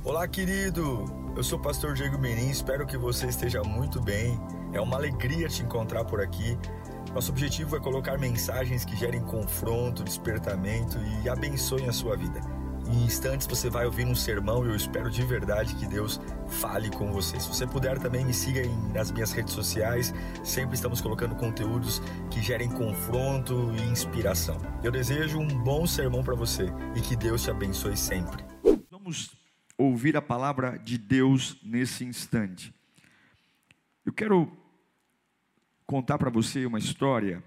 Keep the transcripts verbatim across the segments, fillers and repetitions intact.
Olá, querido! Eu sou o pastor Diego Menin, espero que você esteja muito bem. É uma alegria te encontrar por aqui. Nosso objetivo é colocar mensagens que gerem confronto, despertamento e abençoem a sua vida. Em instantes você vai ouvir um sermão e eu espero de verdade que Deus fale com você. Se você puder também me siga em, nas minhas redes sociais, sempre estamos colocando conteúdos que gerem confronto e inspiração. Eu desejo um bom sermão para você e que Deus te abençoe sempre. Vamos ouvir a palavra de Deus nesse instante. Eu quero contar para você uma história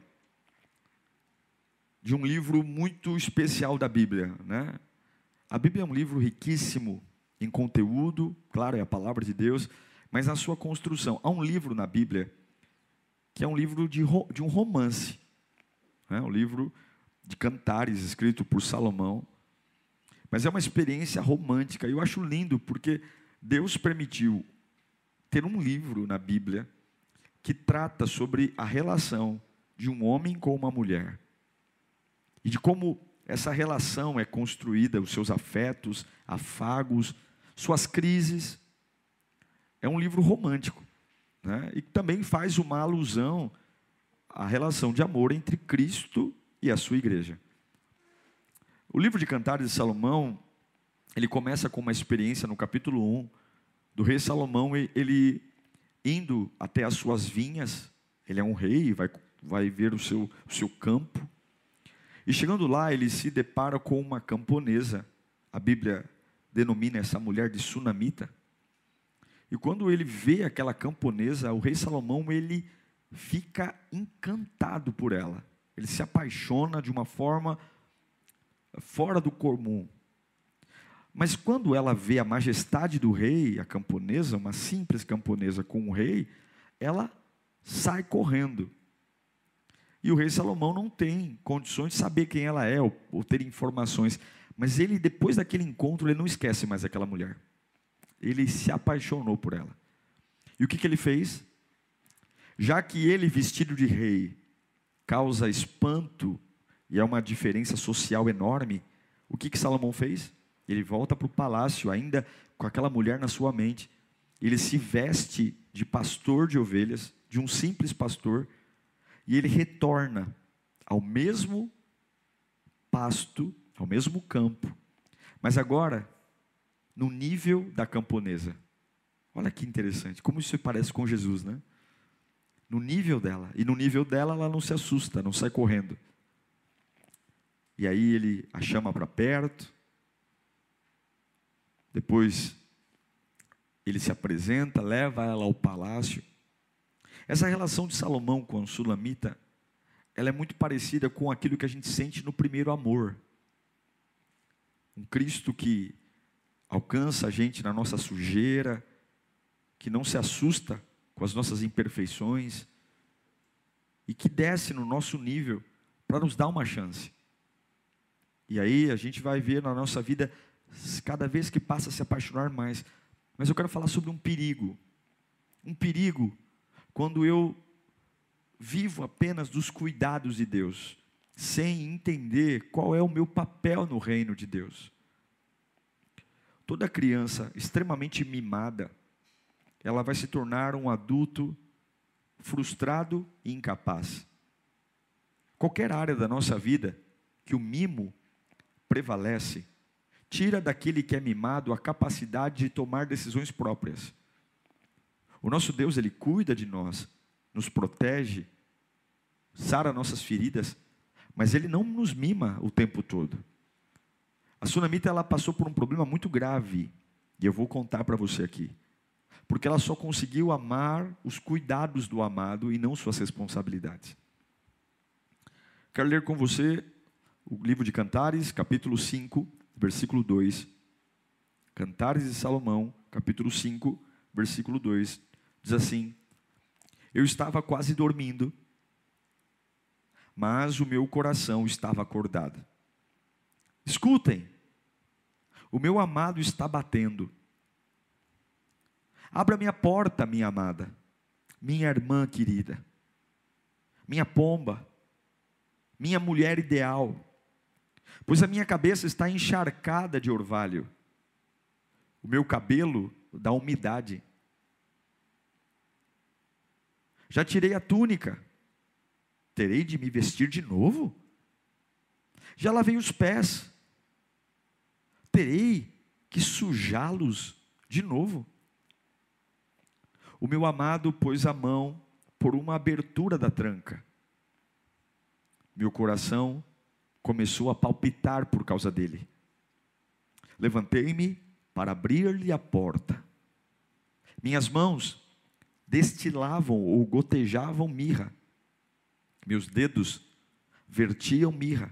de um livro muito especial da Bíblia, né? A Bíblia é um livro riquíssimo em conteúdo, claro, é a palavra de Deus, mas na sua construção. Há um livro na Bíblia que é um livro de, de um romance, né? Um livro de Cantares, escrito por Salomão, mas é uma experiência romântica. Eu acho lindo porque Deus permitiu ter um livro na Bíblia que trata sobre a relação de um homem com uma mulher e de como essa relação é construída, os seus afetos, afagos, suas crises. É um livro romântico, né? E também faz uma alusão à relação de amor entre Cristo e a sua igreja. O livro de Cantares de Salomão, ele começa com uma experiência no capítulo um, do rei Salomão, ele indo até as suas vinhas. Ele é um rei, vai, vai ver o seu, o seu campo. E chegando lá, ele se depara com uma camponesa. A Bíblia denomina essa mulher de sunamita. E quando ele vê aquela camponesa, o rei Salomão, ele fica encantado por ela. Ele se apaixona de uma forma fora do comum. Mas quando ela vê a majestade do rei, a camponesa, uma simples camponesa com o rei, ela sai correndo. E o rei Salomão não tem condições de saber quem ela é, ou, ou ter informações. Mas ele, depois daquele encontro, ele não esquece mais aquela mulher. Ele se apaixonou por ela. E o que, que ele fez? Já que ele, vestido de rei, causa espanto, e é uma diferença social enorme, o que, que Salomão fez? Ele volta para o palácio, ainda com aquela mulher na sua mente. Ele se veste de pastor de ovelhas, de um simples pastor, e ele retorna ao mesmo pasto, ao mesmo campo, mas agora no nível da camponesa. Olha que interessante, como isso parece com Jesus, né? No nível dela, e no nível dela ela não se assusta, não sai correndo. E aí ele a chama para perto, depois ele se apresenta, leva ela ao palácio. Essa relação de Salomão com a sulamita, ela é muito parecida com aquilo que a gente sente no primeiro amor. Um Cristo que alcança a gente na nossa sujeira, que não se assusta com as nossas imperfeições, e que desce no nosso nível para nos dar uma chance. E aí a gente vai ver na nossa vida, cada vez que passa a se apaixonar mais. Mas eu quero falar sobre um perigo. Um perigo quando eu vivo apenas dos cuidados de Deus, sem entender qual é o meu papel no reino de Deus. Toda criança extremamente mimada, ela vai se tornar um adulto frustrado e incapaz. Qualquer área da nossa vida que o mimo prevalece, tira daquele que é mimado a capacidade de tomar decisões próprias. O nosso Deus, Ele cuida de nós, nos protege, sara nossas feridas, mas Ele não nos mima o tempo todo. A sunamita, ela passou por um problema muito grave, e eu vou contar para você aqui, porque ela só conseguiu amar os cuidados do amado e não suas responsabilidades. Quero ler com você o livro de Cantares, capítulo cinco, versículo dois. Cantares de Salomão, capítulo cinco, versículo dois. Diz assim: eu estava quase dormindo, mas o meu coração estava acordado. Escutem, o meu amado está batendo. Abra minha porta, minha amada, minha irmã querida, minha pomba, minha mulher ideal, pois a minha cabeça está encharcada de orvalho. o meu cabelo da umidade. Já tirei a túnica, terei de me vestir de novo? Já lavei os pés, terei que sujá-los de novo? O meu amado pôs a mão por uma abertura da tranca. Meu coração começou a palpitar por causa dele. Levantei-me para abrir-lhe a porta. Minhas mãos destilavam ou gotejavam mirra. Meus dedos vertiam mirra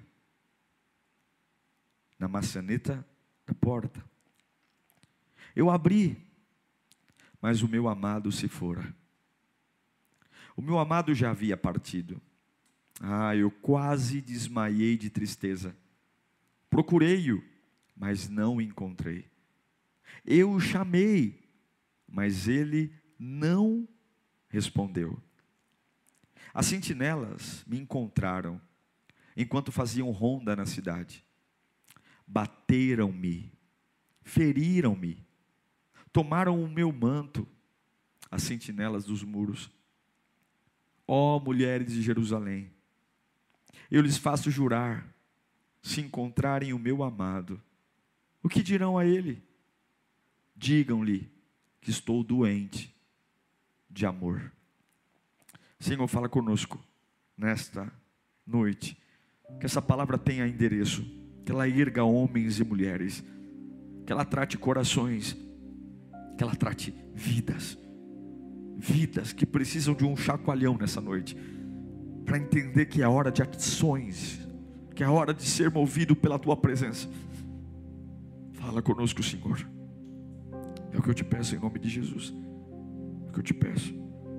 na maçaneta da porta. Eu abri, mas o meu amado se fora. O meu amado já havia partido. Ah, eu quase desmaiei de tristeza. Procurei-o, mas não o encontrei. Eu o chamei, mas ele não respondeu. As sentinelas me encontraram enquanto faziam ronda na cidade. Bateram-me, feriram-me, tomaram o meu manto, as sentinelas dos muros. Ó mulheres de Jerusalém, eu lhes faço jurar, se encontrarem o meu amado, o que dirão a ele? Digam-lhe que estou doente de amor. Senhor, fala conosco nesta noite, que essa palavra tenha endereço, que ela erga homens e mulheres, que ela trate corações, que ela trate vidas, vidas que precisam de um chacoalhão nessa noite, para entender que é hora de ações, que é hora de ser movido pela Tua presença. Fala conosco, Senhor, é o que eu te peço em nome de Jesus, é o que eu te peço.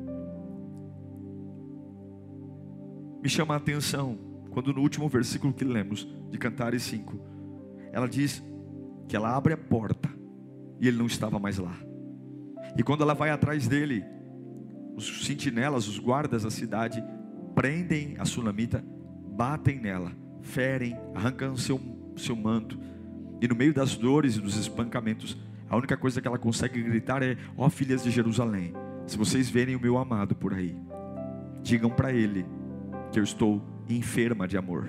Me chama a atenção, quando no último versículo que lemos, de Cantares cinco, ela diz que ela abre a porta, e ele não estava mais lá, e quando ela vai atrás dele, os sentinelas, os guardas da cidade, prendem a sunamita, batem nela, ferem, arrancam seu, seu manto, e no meio das dores e dos espancamentos, a única coisa que ela consegue gritar é: ó filhas de Jerusalém, se vocês verem o meu amado por aí, digam para ele que eu estou enferma de amor.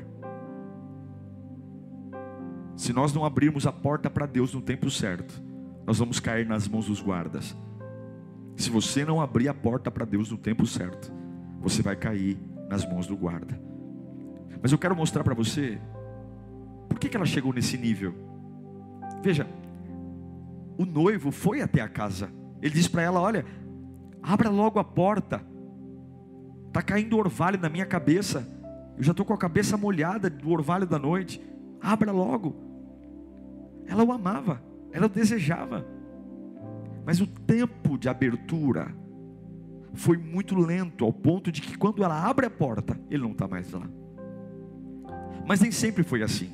Se nós não abrirmos a porta para Deus no tempo certo, nós vamos cair nas mãos dos guardas. Se você não abrir a porta para Deus no tempo certo, você vai cair nas mãos do guarda. Mas eu quero mostrar para você por que que ela chegou nesse nível. Veja, o noivo foi até a casa. Ele disse para ela: olha, abra logo a porta, está caindo orvalho na minha cabeça, eu já estou com a cabeça molhada do orvalho da noite, abra logo. Ela o amava, ela o desejava, mas o tempo de abertura foi muito lento, ao ponto de que quando ela abre a porta, ele não está mais lá. Mas nem sempre foi assim.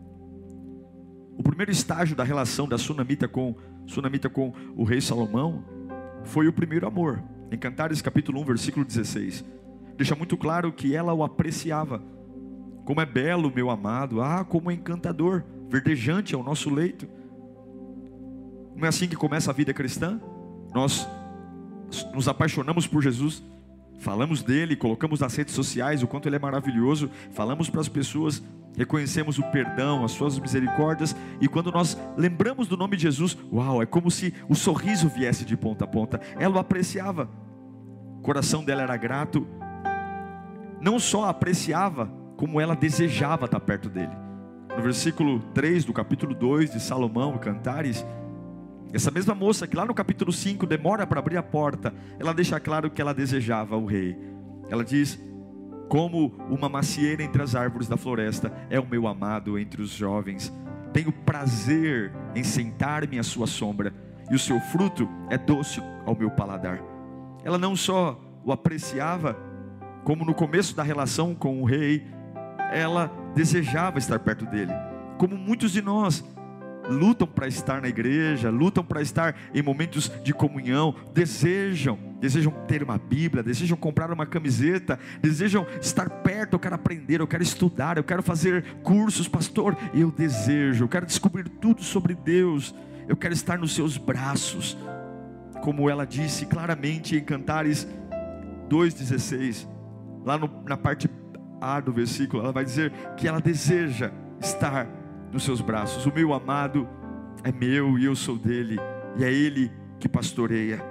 O primeiro estágio da relação da sunamita com, sunamita com o rei Salomão foi o primeiro amor. Em Cantares capítulo um, versículo dezesseis, deixa muito claro que ela o apreciava. Como é belo meu amado, ah, como é encantador, verdejante é o nosso leito. Não é assim que começa a vida cristã? Nós nos apaixonamos por Jesus, falamos dele, colocamos nas redes sociais o quanto ele é maravilhoso, falamos para as pessoas, reconhecemos o perdão, as suas misericórdias, e quando nós lembramos do nome de Jesus, uau, é como se o sorriso viesse de ponta a ponta. Ela o apreciava, o coração dela era grato, não só apreciava, como ela desejava estar perto dele. No versículo três do capítulo dois de Salomão, Cantares, essa mesma moça que lá no capítulo cinco demora para abrir a porta, ela deixa claro que ela desejava o rei. Ela diz: como uma macieira entre as árvores da floresta é o meu amado entre os jovens, tenho prazer em sentar-me à sua sombra, e o seu fruto é doce ao meu paladar. Ela não só o apreciava, como no começo da relação com o rei, ela desejava estar perto dele. Como muitos de nós lutam para estar na igreja, lutam para estar em momentos de comunhão, desejam, desejam ter uma Bíblia, desejam comprar uma camiseta, desejam estar perto. Eu quero aprender, eu quero estudar, eu quero fazer cursos, pastor, eu desejo, eu quero descobrir tudo sobre Deus, eu quero estar nos seus braços, como ela disse claramente em Cantares dois, dezesseis, lá no, na parte A do versículo, ela vai dizer que ela deseja estar nos seus braços. O meu amado é meu e eu sou dele, e é ele que pastoreia.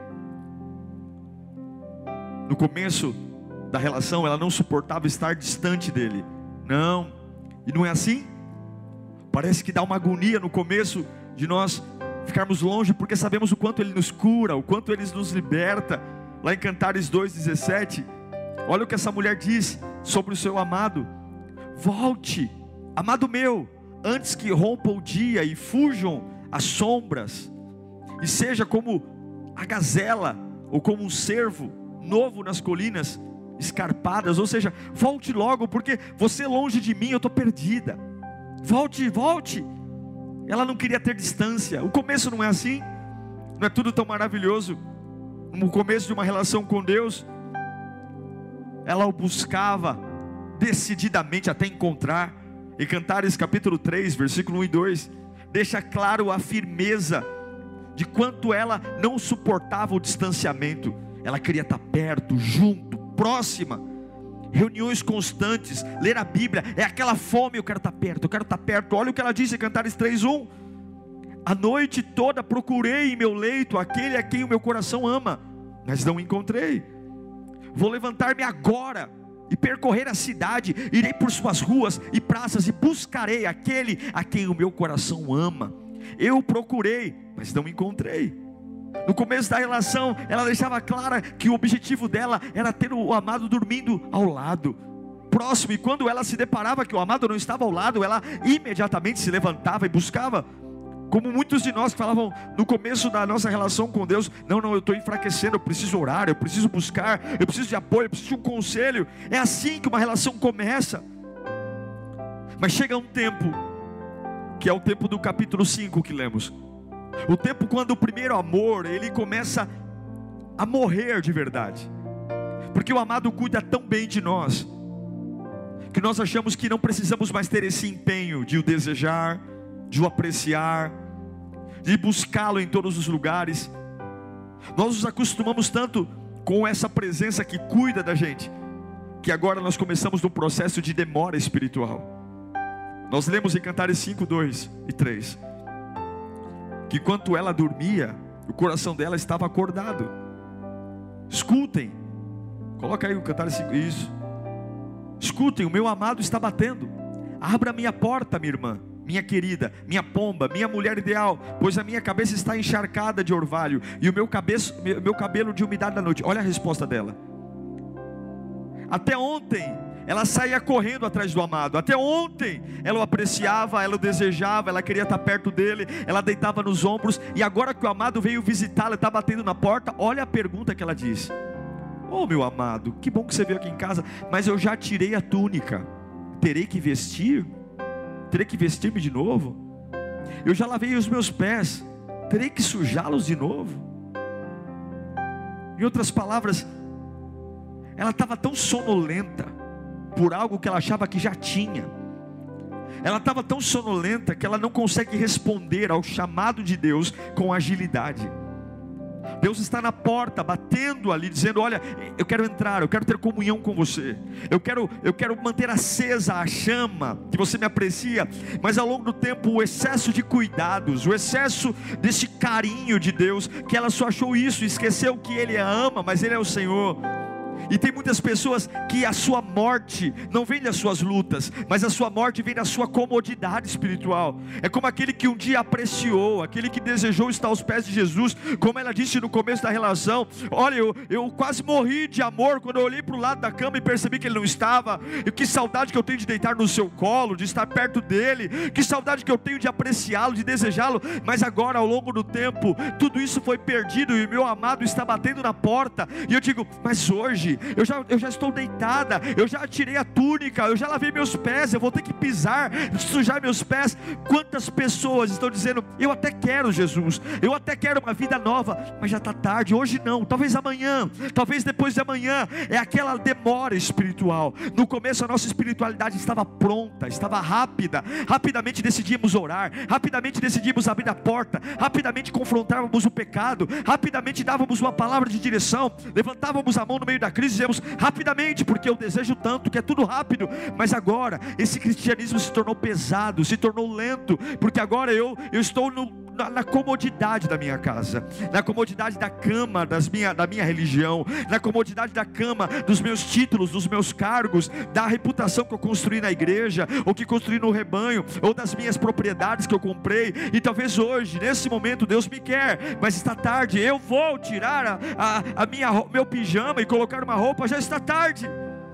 No começo da relação, ela não suportava estar distante dele. Não, e não é assim? Parece que dá uma agonia no começo de nós ficarmos longe, porque sabemos o quanto ele nos cura, o quanto ele nos liberta. Lá em Cantares dois, dezessete, olha o que essa mulher diz sobre o seu amado: volte, amado meu, antes que rompa o dia e fujam as sombras, e seja como a gazela, ou como um cervo novo nas colinas escarpadas. Ou seja, volte logo, porque você longe de mim, eu estou perdida. Volte, volte. Ela não queria ter distância. O começo não é assim? Não é tudo tão maravilhoso? No começo de uma relação com Deus, ela o buscava decididamente até encontrar. Em Cantares capítulo três, versículo um e dois, deixa claro a firmeza de quanto ela não suportava o distanciamento. Ela queria estar perto, junto, próxima. Reuniões constantes, ler a Bíblia, é aquela fome. Eu quero estar perto, eu quero estar perto. Olha o que ela disse em Cantares três, um: a noite toda procurei em meu leito aquele a quem o meu coração ama, mas não encontrei. Vou levantar-me agora e percorrer a cidade, irei por suas ruas e praças e buscarei aquele a quem o meu coração ama. Eu procurei, mas não encontrei. No começo da relação, ela deixava clara que o objetivo dela era ter o amado dormindo ao lado, próximo. E quando ela se deparava que o amado não estava ao lado, ela imediatamente se levantava e buscava. Como muitos de nós que falavam no começo da nossa relação com Deus: não, não, eu estou enfraquecendo, eu preciso orar, eu preciso buscar, eu preciso de apoio, eu preciso de um conselho. É assim que uma relação começa. Mas chega um tempo, que é o tempo do capítulo cinco que lemos, o tempo quando o primeiro amor, ele começa a morrer de verdade, porque o amado cuida tão bem de nós, que nós achamos que não precisamos mais ter esse empenho de o desejar, de o apreciar, de buscá-lo em todos os lugares. Nós nos acostumamos tanto com essa presença que cuida da gente, que agora nós começamos num processo de demora espiritual. Nós lemos em Cantares cinco, dois e três, que enquanto ela dormia, o coração dela estava acordado. Escutem, coloca aí o Cantares cinco, isso. Escutem, o meu amado está batendo. Abra minha porta, minha irmã, minha querida, minha pomba, minha mulher ideal, pois a minha cabeça está encharcada de orvalho e o meu, cabeço, meu cabelo de umidade da noite. Olha a resposta dela. Até ontem ela saía correndo atrás do amado. Até ontem ela o apreciava, ela o desejava, ela queria estar perto dele, ela deitava nos ombros. E agora que o amado veio visitá-la, está batendo na porta, olha a pergunta que ela diz: oh meu amado, que bom que você veio aqui em casa, mas eu já tirei a túnica, terei que vestir? Terei que vestir-me de novo? Eu já lavei os meus pés, terei que sujá-los de novo? Em outras palavras, ela estava tão sonolenta por algo que ela achava que já tinha. Ela estava tão sonolenta que ela não consegue responder ao chamado de Deus com agilidade. Deus está na porta, batendo ali, dizendo: olha, eu quero entrar, eu quero ter comunhão com você, eu quero, eu quero manter acesa a chama que você me aprecia. Mas ao longo do tempo, o excesso de cuidados, o excesso desse carinho de Deus, que ela só achou isso, esqueceu que Ele a ama, mas Ele é o Senhor. E tem muitas pessoas que a sua morte não vem das suas lutas, mas a sua morte vem da sua comodidade espiritual. É como aquele que um dia apreciou, aquele que desejou estar aos pés de Jesus, como ela disse no começo da relação: olha, eu, eu quase morri de amor quando eu olhei para o lado da cama e percebi que ele não estava. E que saudade que eu tenho de deitar no seu colo, de estar perto dele, que saudade que eu tenho de apreciá-lo, de desejá-lo. Mas agora, ao longo do tempo, tudo isso foi perdido e o meu amado está batendo na porta. E eu digo: mas hoje tarde, eu já, eu já estou deitada, eu já tirei a túnica, eu já lavei meus pés, eu vou ter que pisar, sujar meus pés. Quantas pessoas estão dizendo: eu até quero Jesus, eu até quero uma vida nova, mas já está tarde, hoje não, talvez amanhã, talvez depois de amanhã. É aquela demora espiritual. No começo a nossa espiritualidade estava pronta, estava rápida, rapidamente decidimos orar, rapidamente decidimos abrir a porta, rapidamente confrontávamos o pecado, rapidamente dávamos uma palavra de direção, levantávamos a mão no meio da crise e dizíamos rapidamente, porque eu desejo tanto, que é tudo rápido. Mas agora esse cristianismo se tornou pesado, se tornou lento, porque agora eu, eu estou no, na, na comodidade da minha casa, na comodidade da cama das minha, da minha religião, na comodidade da cama dos meus títulos, dos meus cargos, da reputação que eu construí na igreja, ou que construí no rebanho, ou das minhas propriedades que eu comprei. E talvez hoje, nesse momento, Deus me quer, mas está tarde. Eu vou tirar a, a, a minha, meu pijama e colocar uma roupa, já está tarde.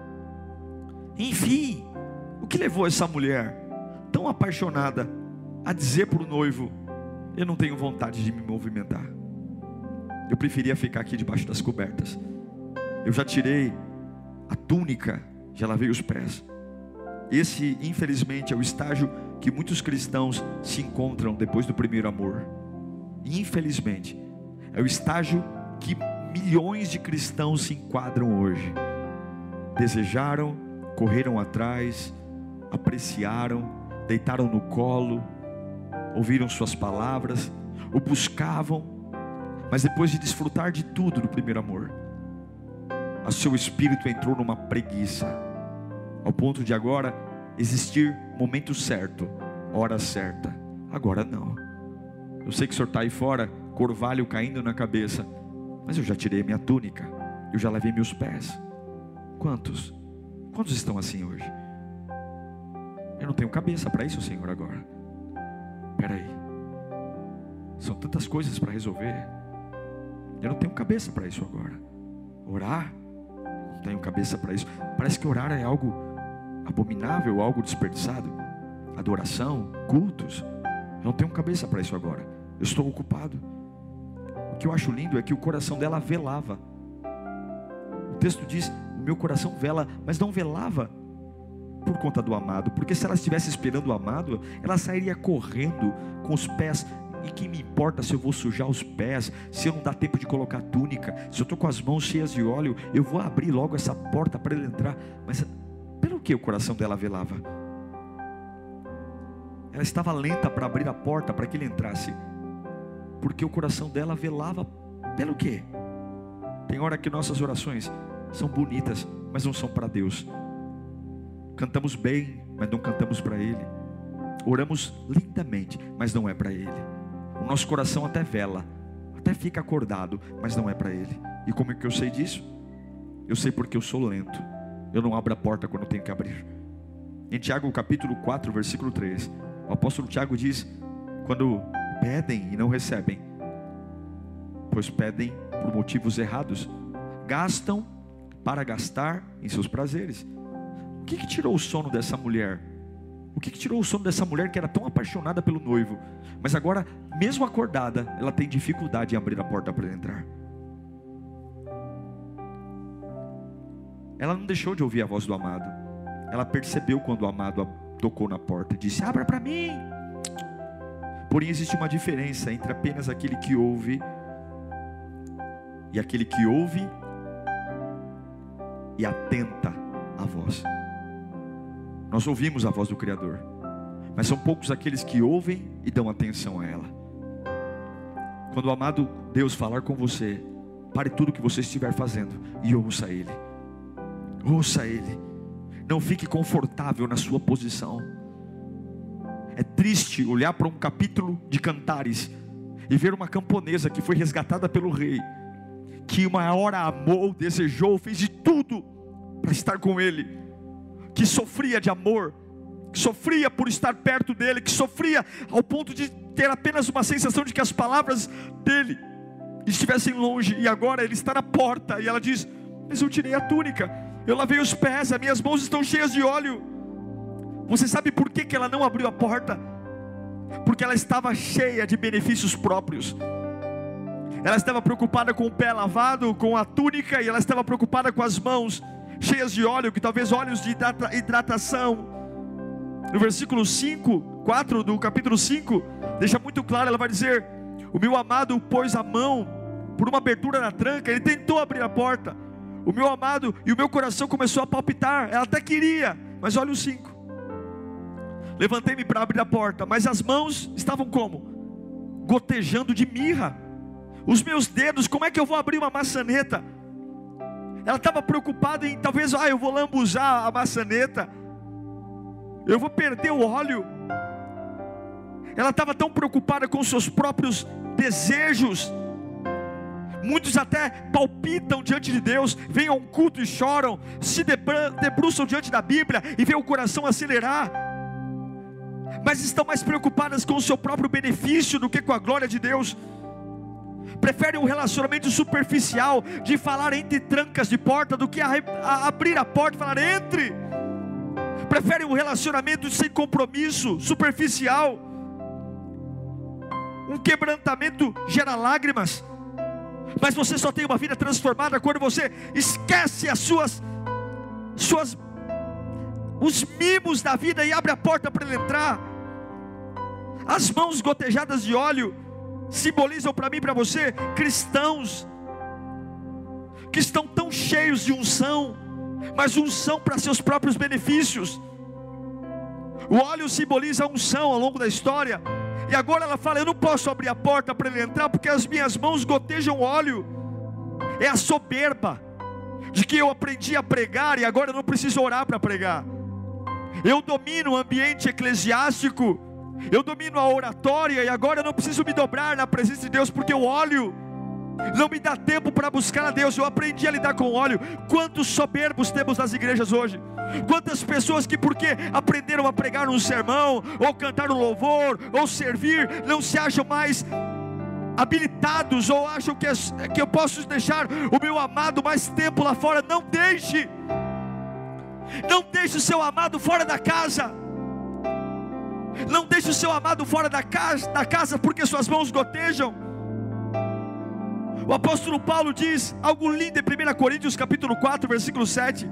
Enfim, o que levou essa mulher tão apaixonada a dizer para o noivo: eu não tenho vontade de me movimentar, eu preferia ficar aqui debaixo das cobertas, eu já tirei a túnica, já lavei os pés. Esse, infelizmente, é o estágio que muitos cristãos se encontram depois do primeiro amor. Infelizmente, é o estágio que milhões de cristãos se enquadram hoje. Desejaram, correram atrás, apreciaram, deitaram no colo, ouviram suas palavras, o buscavam, mas depois de desfrutar de tudo do primeiro amor, o seu espírito entrou numa preguiça, ao ponto de agora existir momento certo, hora certa. Agora não. Eu sei que o senhor está aí fora, corvalho caindo na cabeça, mas eu já tirei minha túnica, eu já lavei meus pés. Quantos? Quantos estão assim hoje? Eu não tenho cabeça para isso, Senhor, agora. Espera aí, são tantas coisas para resolver, eu não tenho cabeça para isso agora. Orar? Não tenho cabeça para isso. Parece que orar é algo abominável, algo desperdiçado. Adoração, cultos, eu não tenho cabeça para isso agora, eu estou ocupado. O que eu acho lindo é que o coração dela velava. O texto diz: o meu coração vela, mas não velava por conta do amado, porque se ela estivesse esperando o amado, ela sairia correndo com os pés. E que me importa se eu vou sujar os pés, se eu não dá tempo de colocar a túnica, se eu estou com as mãos cheias de óleo, eu vou abrir logo essa porta para ele entrar. Mas pelo que o coração dela velava? Ela estava lenta para abrir a porta para que ele entrasse, porque o coração dela velava pelo quê? Tem hora que nossas orações são bonitas, mas não são para Deus. Cantamos bem, mas não cantamos para Ele. Oramos lindamente, mas não é para Ele. O nosso coração até vela, até fica acordado, mas não é para Ele. E como é que eu sei disso? Eu sei porque eu sou lento. Eu não abro a porta quando eu tenho que abrir. Em Tiago capítulo quatro, versículo três, o apóstolo Tiago diz: quando pedem e não recebem, pois pedem por motivos errados, gastam para gastar em seus prazeres. O que que tirou o sono dessa mulher? O que que tirou o sono dessa mulher que era tão apaixonada pelo noivo, mas agora, mesmo acordada, ela tem dificuldade em abrir a porta para ele entrar? Ela não deixou de ouvir a voz do amado. Ela percebeu quando o amado tocou na porta e disse: abra para mim. Porém existe uma diferença entre apenas aquele que ouve e aquele que ouve e atenta à voz. Nós ouvimos a voz do Criador, mas são poucos aqueles que ouvem e dão atenção a ela. Quando o amado Deus falar com você, pare tudo que você estiver fazendo e ouça Ele. Ouça Ele. Não fique confortável na sua posição. É triste olhar para um capítulo de Cantares e ver uma camponesa que foi resgatada pelo rei, que uma hora amou, desejou, fez de tudo para estar com ele, que sofria de amor, que sofria por estar perto dele, que sofria ao ponto de ter apenas uma sensação de que as palavras dele estivessem longe, e agora ele está na porta, e ela diz: mas eu tirei a túnica, eu lavei os pés, as minhas mãos estão cheias de óleo. Você sabe por que que ela não abriu a porta? Porque ela estava cheia de benefícios próprios. ela estava preocupada com o pé lavado, com a túnica, e ela estava preocupada com as mãos cheias de óleo, que talvez óleos de hidratação. No versículo cinco, quatro do capítulo cinco, deixa muito claro, ela vai dizer: o meu amado pôs a mão por uma abertura na tranca, ele tentou abrir a porta, o meu amado, e o meu coração começou a palpitar, ela até queria, mas olha o cinco, levantei-me para abrir a porta, mas as mãos estavam como? Gotejando de mirra, os meus dedos, como é que eu vou abrir uma maçaneta? Ela estava preocupada em talvez, ah, eu vou lambuzar a maçaneta, eu vou perder o óleo. Ela estava tão preocupada com seus próprios desejos. Muitos até palpitam diante de Deus, vêm a um culto e choram, se debruçam diante da Bíblia e vê o coração acelerar, mas estão mais preocupadas com o seu próprio benefício do que com a glória de Deus. Preferem um relacionamento superficial, de falar entre trancas de porta, do que a, a abrir a porta e falar: entre. Preferem um relacionamento sem compromisso, superficial. Um quebrantamento gera lágrimas, mas você só tem uma vida transformada quando você esquece as suas, suas os mimos da vida e abre a porta para ele entrar. As mãos gotejadas de óleo simbolizam para mim e para você cristãos que estão tão cheios de unção, mas unção para seus próprios benefícios. O óleo simboliza a unção ao longo da história, e agora ela fala: eu não posso abrir a porta para ele entrar, porque as minhas mãos gotejam óleo. É a soberba de que eu aprendi a pregar e agora eu não preciso orar para pregar. Eu domino o ambiente eclesiástico, eu domino a oratória, e agora eu não preciso me dobrar na presença de Deus, porque o óleo não me dá tempo para buscar a Deus. Eu aprendi a lidar com óleo. Quantos soberbos temos nas igrejas hoje? Quantas pessoas que porque aprenderam a pregar um sermão, ou cantar um louvor, ou servir, não se acham mais habilitados, ou acham que, que eu posso deixar o meu amado mais tempo lá fora. Não deixe, não deixe o seu amado fora da casa. Não deixe o seu amado fora da casa, da casa porque suas mãos gotejam. O apóstolo Paulo diz algo lindo em primeira Coríntios capítulo quatro, versículo sete.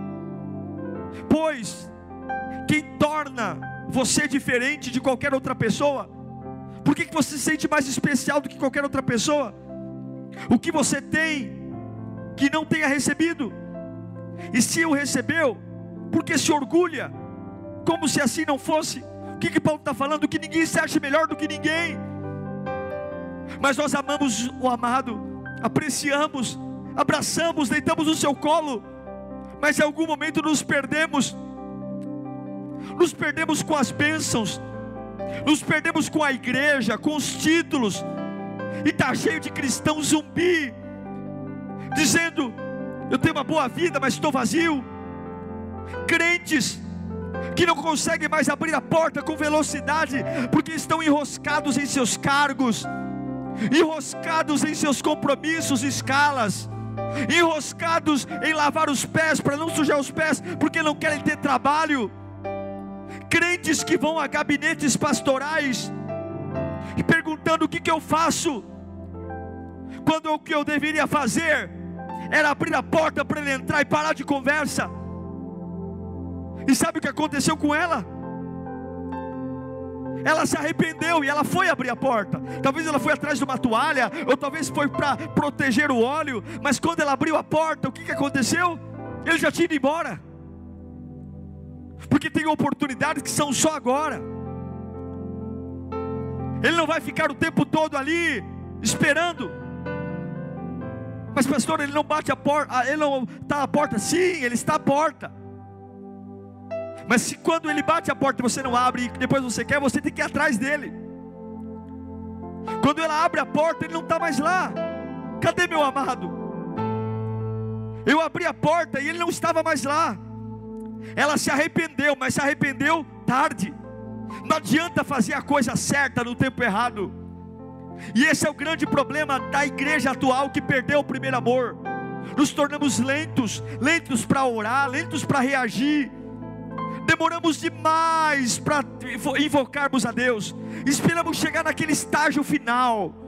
Pois quem torna você diferente de qualquer outra pessoa? Por que que você se sente mais especial do que qualquer outra pessoa? O que você tem que não tenha recebido? E se o recebeu, por que se orgulha como se assim não fosse? O que que Paulo está falando? Que ninguém se ache melhor do que ninguém. Mas nós amamos o amado, apreciamos, abraçamos, deitamos no seu colo, mas em algum momento nos perdemos, nos perdemos com as bênçãos, nos perdemos com a igreja, com os títulos, e está cheio de cristão zumbi, dizendo: eu tenho uma boa vida, mas estou vazio. Crentes que não conseguem mais abrir a porta com velocidade, porque estão enroscados em seus cargos, enroscados em seus compromissos e escalas, enroscados em lavar os pés para não sujar os pés, porque não querem ter trabalho. Crentes que vão a gabinetes pastorais e perguntando: o que que eu faço? Quando o que eu deveria fazer era abrir a porta para ele entrar e parar de conversa. E sabe o que aconteceu com ela? Ela se arrependeu e ela foi abrir a porta. Talvez ela foi atrás de uma toalha, ou talvez foi para proteger o óleo. Mas quando ela abriu a porta, o que que aconteceu? Ele já tinha ido embora. Porque tem oportunidades que são só agora. Ele não vai ficar o tempo todo ali esperando. Mas pastor, ele não bate a porta, ele não está à porta. Sim, ele está à porta. Mas se quando ele bate a porta você não abre, e depois você quer, você tem que ir atrás dele. Quando ela abre a porta, ele não está mais lá. Cadê meu amado? Eu abri a porta e ele não estava mais lá. Ela se arrependeu, mas se arrependeu tarde. Não adianta fazer a coisa certa no tempo errado. E esse é o grande problema da igreja atual, que perdeu o primeiro amor. Nos tornamos lentos, lentos para orar, lentos para reagir. Demoramos demais para invocarmos a Deus. Esperamos chegar naquele estágio final,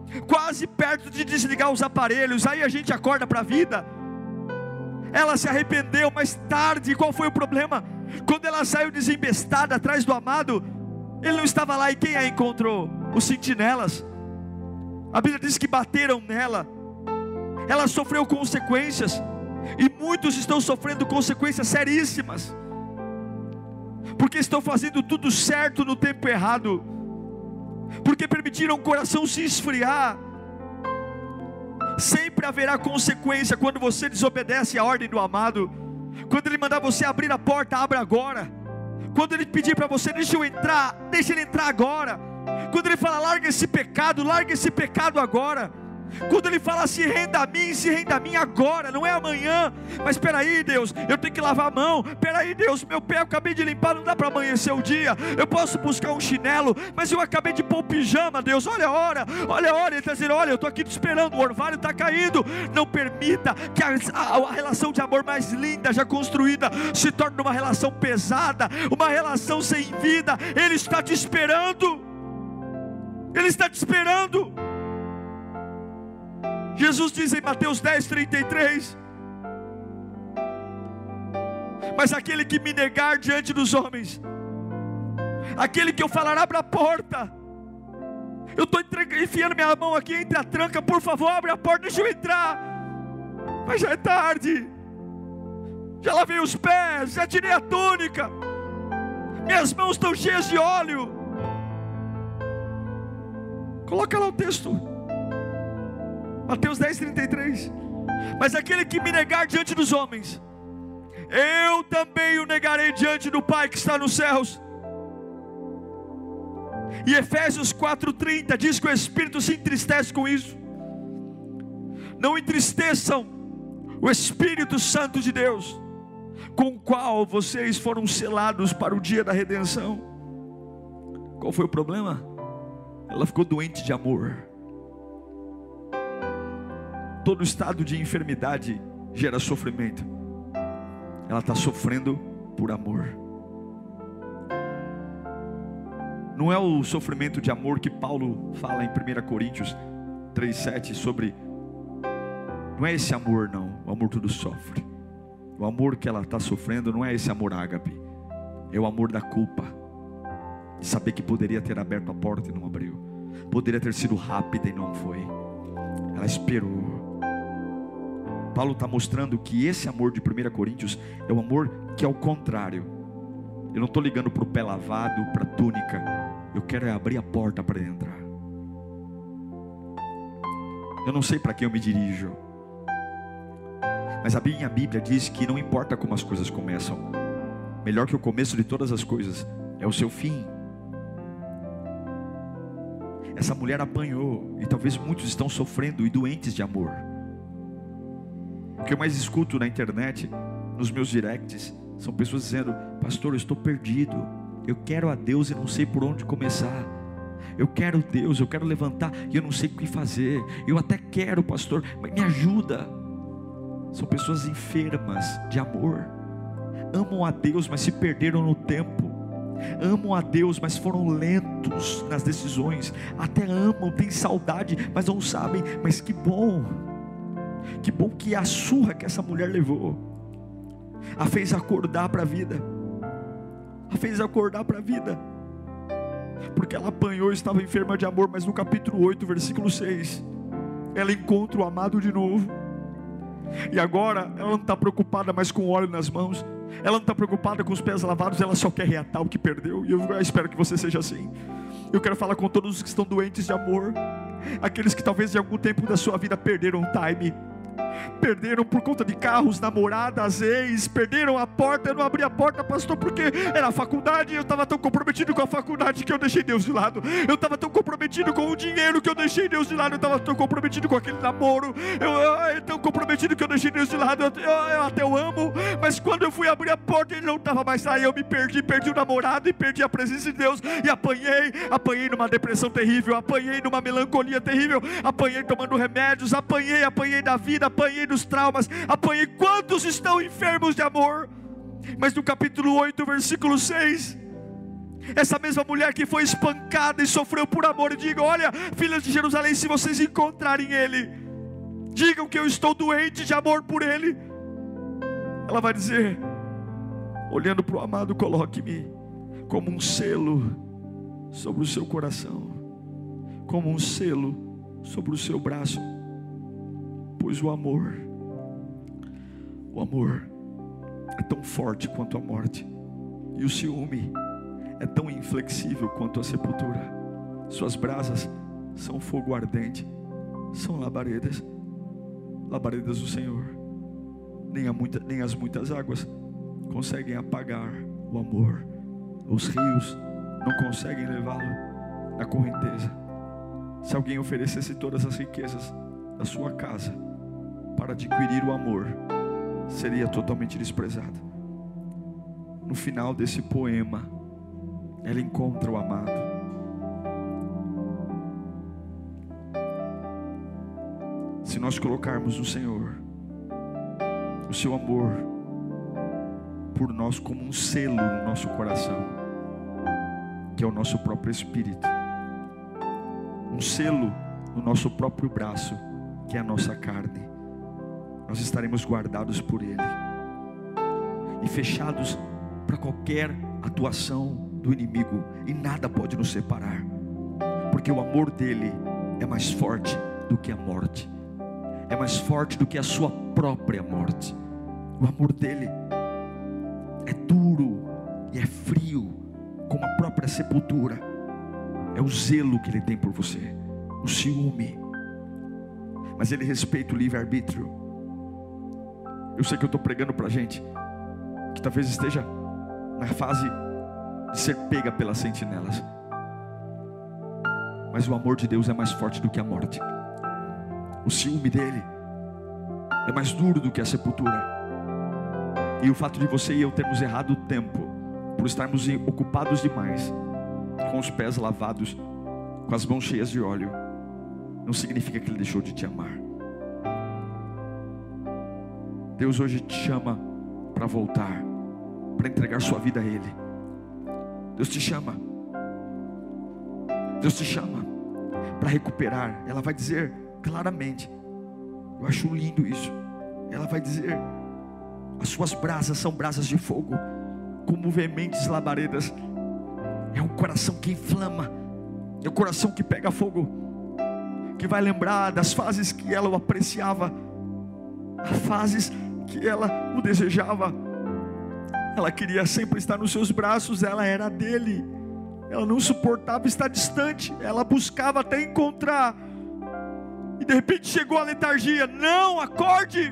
quase perto de desligar os aparelhos. Aí a gente acorda para a vida. Ela se arrependeu mais tarde. Qual foi o problema? Quando ela saiu desembestada atrás do amado, ele não estava lá. E quem a encontrou? Os sentinelas. A Bíblia diz que bateram nela. Ela sofreu consequências. E muitos estão sofrendo consequências seríssimas, porque estão fazendo tudo certo no tempo errado, porque permitiram o coração se esfriar. Sempre haverá consequência quando você desobedece a ordem do amado. Quando ele mandar você abrir a porta, abra agora. Quando ele pedir para você, deixa eu entrar, deixa ele entrar agora. Quando ele fala, larga esse pecado, larga esse pecado agora. Quando ele fala, se renda a mim, se renda a mim agora, não é amanhã. Mas espera aí, Deus, eu tenho que lavar a mão. Espera aí, Deus, meu pé eu acabei de limpar, não dá para amanhecer o dia. Eu posso buscar um chinelo, mas eu acabei de pôr o pijama. Deus, olha a hora, olha a hora. Ele está dizendo, olha, eu estou aqui te esperando, o orvalho está caído. Não permita que a, a, a relação de amor mais linda já construída se torne uma relação pesada, uma relação sem vida. Ele está te esperando. Ele está te esperando. Jesus diz em Mateus dez, trinta e três: mas aquele que me negar diante dos homens, aquele que eu falar, abra a porta, eu estou enfiando minha mão aqui entre a tranca, por favor, abre a porta, deixa eu entrar. Mas já é tarde, já lavei os pés, já tirei a túnica, minhas mãos estão cheias de óleo. Coloca lá o texto, Mateus dez, trinta e três. Mas aquele que me negar diante dos homens, eu também o negarei diante do Pai que está nos céus. E Efésios quatro, trinta diz que o Espírito se entristece com isso. Não entristeçam o Espírito Santo de Deus, com o qual vocês foram selados para o dia da redenção. Qual foi o problema? Ela ficou doente de amor. Todo estado de enfermidade gera sofrimento. Ela está sofrendo por amor. Não é o sofrimento de amor que Paulo fala em primeira Coríntios três, sete sobre. Não é esse amor não, o amor tudo sofre. O amor que ela está sofrendo não é esse amor ágape. É o amor da culpa, de saber que poderia ter aberto a porta e não abriu, poderia ter sido rápida e não foi. Ela esperou. Paulo está mostrando que esse amor de primeira Coríntios é o amor que é o contrário. Eu não estou ligando para o pé lavado, para a túnica. Eu quero é abrir a porta para ele entrar. Eu não sei para quem eu me dirijo, mas a minha Bíblia diz que não importa como as coisas começam, melhor que o começo de todas as coisas é o seu fim. Essa mulher apanhou, e talvez muitos estão sofrendo e doentes de amor. O que eu mais escuto na internet, nos meus directs, são pessoas dizendo: pastor, eu estou perdido, eu quero a Deus e não sei por onde começar. Eu quero Deus, eu quero levantar e eu não sei o que fazer. Eu até quero, pastor, mas me ajuda. São pessoas enfermas de amor. Amam a Deus, mas se perderam no tempo. Amam a Deus, mas foram lentos nas decisões. Até amam, têm saudade, mas não sabem. Mas que bom, que bom que a surra que essa mulher levou a fez acordar para a vida. A fez acordar para a vida. Porque ela apanhou e estava enferma de amor. Mas no capítulo oito, versículo seis, ela encontra o amado de novo. E agora ela não está preocupada mais com óleo nas mãos. Ela não está preocupada com os pés lavados. Ela só quer reatar o que perdeu. E eu espero que você seja assim. Eu quero falar com todos os que estão doentes de amor, aqueles que talvez em algum tempo da sua vida perderam o time, perderam por conta de carros, namoradas, ex, perderam a porta. Eu não abri a porta, pastor, porque era a faculdade. Eu estava tão comprometido com a faculdade que eu deixei Deus de lado. Eu estava tão comprometido com o dinheiro que eu deixei Deus de lado. Eu estava tão comprometido com aquele namoro. Eu, eu tão comprometido que eu deixei Deus de lado. Eu, eu, eu até o amo, mas quando eu fui abrir a porta, ele não estava mais lá. Eu me perdi, perdi o namorado e perdi a presença de Deus. E apanhei, apanhei numa depressão terrível, apanhei numa melancolia terrível, apanhei tomando remédios, apanhei, apanhei da vida, apanhei dos traumas, apanhei. Quantos estão enfermos de amor? Mas no capítulo oito, versículo seis, essa mesma mulher que foi espancada e sofreu por amor, e diga: olha, filhas de Jerusalém, se vocês encontrarem ele, digam que eu estou doente de amor por ele. Ela vai dizer, olhando para o amado: coloque-me como um selo sobre o seu coração, como um selo sobre o seu braço, pois o amor, o amor é tão forte quanto a morte, e o ciúme é tão inflexível quanto a sepultura. Suas brasas são fogo ardente, são labaredas, labaredas do Senhor. Nem, a muita, nem as muitas águas conseguem apagar o amor. Os rios não conseguem levá-lo na correnteza. Se alguém oferecesse todas as riquezas da sua casa para adquirir o amor, seria totalmente desprezado. No final desse poema, ela encontra o amado. Se nós colocarmos no Senhor o seu amor por nós como um selo no nosso coração, que é o nosso próprio espírito, um selo no nosso próprio braço, que é a nossa carne, nós estaremos guardados por Ele e fechados para qualquer atuação do inimigo, e nada pode nos separar, porque o amor dele é mais forte do que a morte, é mais forte do que a sua própria morte. O amor dele é duro e é frio como a própria sepultura. É o zelo que ele tem por você, o ciúme, mas ele respeita o livre-arbítrio. Eu sei que eu estou pregando para gente que talvez esteja na fase de ser pega pelas sentinelas, mas o amor de Deus é mais forte do que a morte. O ciúme dele é mais duro do que a sepultura. E o fato de você e eu termos errado o tempo, por estarmos ocupados demais, com os pés lavados, com as mãos cheias de óleo, não significa que ele deixou de te amar. Deus hoje te chama para voltar, para entregar sua vida a Ele. Deus te chama, Deus te chama para recuperar. Ela vai dizer claramente, eu acho lindo isso, ela vai dizer: as suas brasas são brasas de fogo, como veementes labaredas. É um coração que inflama, é um coração que pega fogo, que vai lembrar das fases que ela o apreciava, as fases que ela o desejava. Ela queria sempre estar nos seus braços, ela era dele, ela não suportava estar distante, ela buscava até encontrar, e de repente chegou a letargia. Não, acorde!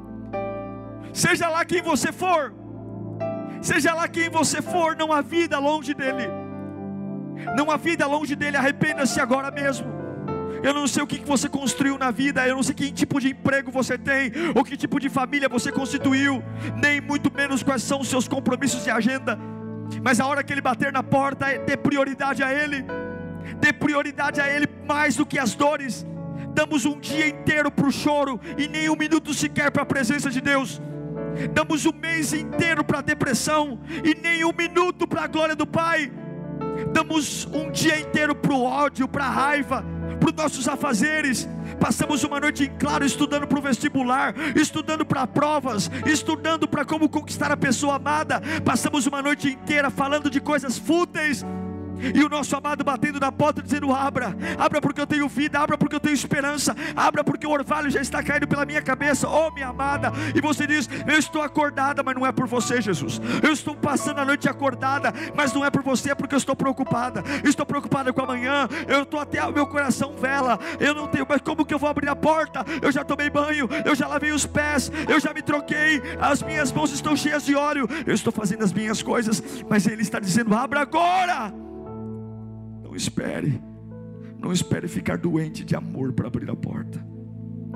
Seja lá quem você for, seja lá quem você for, não há vida longe dele, não há vida longe dele. Arrependa-se agora mesmo. Eu não sei o que você construiu na vida, eu não sei que tipo de emprego você tem, ou que tipo de família você constituiu, nem muito menos quais são os seus compromissos de agenda, mas a hora que ele bater na porta, dê prioridade a ele, dê prioridade a ele mais do que as dores. Damos um dia inteiro para o choro e nem um minuto sequer para a presença de Deus. Damos um mês inteiro para a depressão e nem um minuto para a glória do Pai. Damos um dia inteiro para o ódio, para a raiva, para os nossos afazeres. Passamos uma noite em claro estudando para o vestibular, estudando para provas, estudando para como conquistar a pessoa amada. Passamos uma noite inteira falando de coisas fúteis, e o nosso amado batendo na porta dizendo: abra, abra porque eu tenho vida, abra porque eu tenho esperança, abra porque o orvalho já está caindo pela minha cabeça, oh minha amada. E você diz: eu estou acordada, mas não é por você, Jesus. Eu estou passando a noite acordada, mas não é por você, é porque eu estou preocupada. Estou preocupada com amanhã, eu estou até o meu coração vela, eu não tenho, mas como que eu vou abrir a porta? Eu já tomei banho, eu já lavei os pés, eu já me troquei, as minhas mãos estão cheias de óleo, eu estou fazendo as minhas coisas, mas Ele está dizendo: abra agora. Não espere, não espere ficar doente de amor para abrir a porta.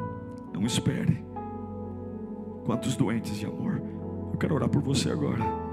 Não espere. Quantos doentes de amor? Eu quero orar por você agora.